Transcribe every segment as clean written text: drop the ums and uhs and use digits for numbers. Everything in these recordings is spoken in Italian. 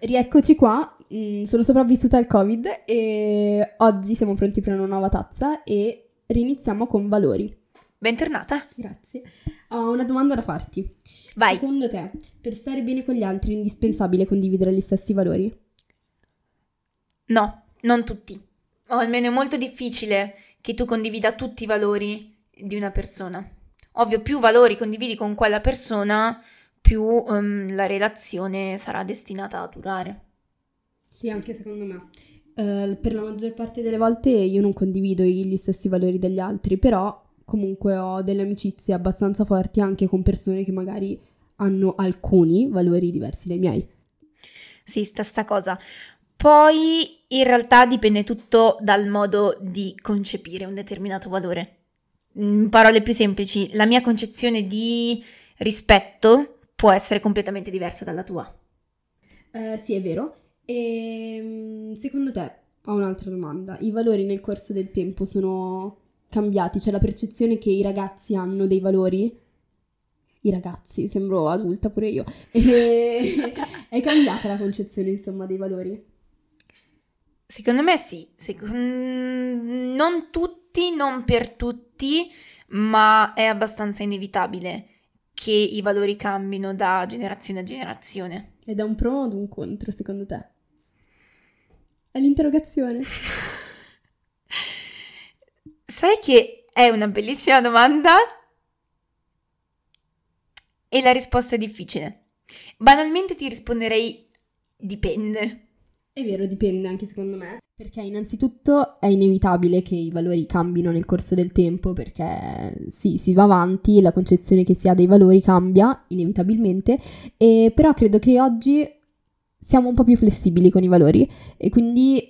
Rieccoci qua, sono sopravvissuta al Covid e oggi siamo pronti per una nuova tazza e riniziamo con valori. Bentornata. Grazie. Ho una domanda da farti. Vai. Secondo te, per stare bene con gli altri è indispensabile condividere gli stessi valori? No, non tutti. O almeno è molto difficile che tu condivida tutti i valori di una persona. Ovvio, più valori condividi con quella persona, più la relazione sarà destinata a durare. Sì, anche secondo me. Per la maggior parte delle volte io non condivido gli stessi valori degli altri, però comunque ho delle amicizie abbastanza forti anche con persone che magari hanno alcuni valori diversi dai miei. Sì, stessa cosa. Poi in realtà dipende tutto dal modo di concepire un determinato valore. In parole più semplici, la mia concezione di rispetto può essere completamente diversa dalla tua. Sì, è vero. E secondo te, ho un'altra domanda, i valori nel corso del tempo sono cambiati? C'è la percezione che i ragazzi hanno dei valori? I ragazzi, sembro adulta pure io. È cambiata la concezione, insomma, dei valori? Secondo me sì, non tutti, non per tutti, ma è abbastanza inevitabile che i valori cambino da generazione a generazione. Ed è un pro o un contro, secondo te? È l'interrogazione. Sai che è una bellissima domanda e la risposta è difficile. Banalmente ti risponderei dipende. È vero, dipende anche secondo me, perché innanzitutto è inevitabile che i valori cambino nel corso del tempo, perché sì, si va avanti, la concezione che si ha dei valori cambia inevitabilmente, però credo che oggi siamo un po' più flessibili con i valori e quindi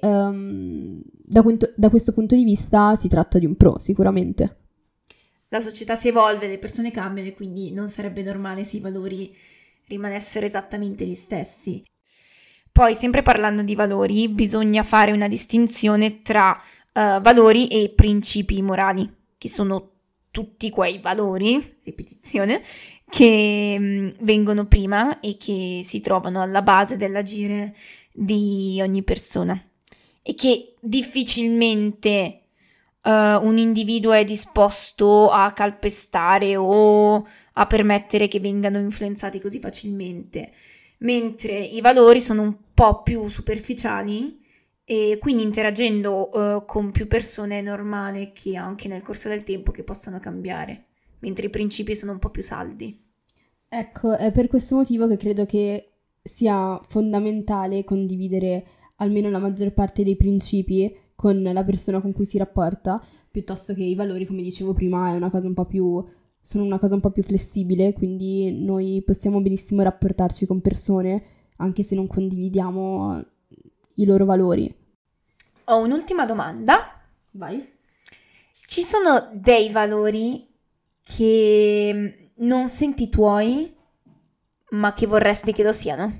da questo punto di vista si tratta di un pro, sicuramente. La società si evolve, le persone cambiano e quindi non sarebbe normale se i valori rimanessero esattamente gli stessi. Poi, sempre parlando di valori, bisogna fare una distinzione tra valori e principi morali, che sono tutti quei valori, ripetizione, che vengono prima e che si trovano alla base dell'agire di ogni persona e che difficilmente un individuo è disposto a calpestare o a permettere che vengano influenzati così facilmente, mentre i valori sono un po' più superficiali e quindi interagendo con più persone è normale che anche nel corso del tempo che possano cambiare, mentre i principi sono un po' più saldi. Ecco, è per questo motivo che credo che sia fondamentale condividere almeno la maggior parte dei principi con la persona con cui si rapporta, piuttosto che i valori, come dicevo prima, sono una cosa un po' più flessibile, quindi noi possiamo benissimo rapportarci con persone anche se non condividiamo i loro valori. Ho un'ultima domanda. Vai. Ci sono dei valori che non senti tuoi, ma che vorresti che lo siano?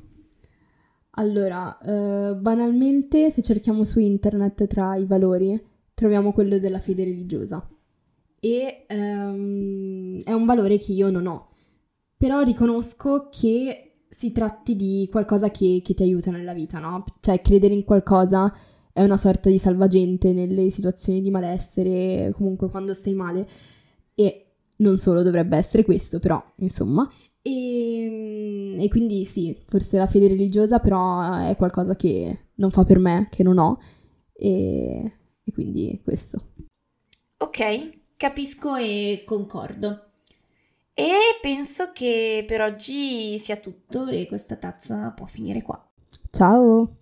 Allora, banalmente, se cerchiamo su internet tra i valori, troviamo quello della fede religiosa. E è un valore che io non ho, però riconosco che si tratti di qualcosa che ti aiuta nella vita, no? Cioè, credere in qualcosa è una sorta di salvagente nelle situazioni di malessere, comunque quando stai male, e non solo dovrebbe essere questo, però, insomma. E quindi sì, forse la fede religiosa però è qualcosa che non fa per me, che non ho, e quindi questo. Ok, capisco e concordo. E penso che per oggi sia tutto e questa tazza può finire qua. Ciao!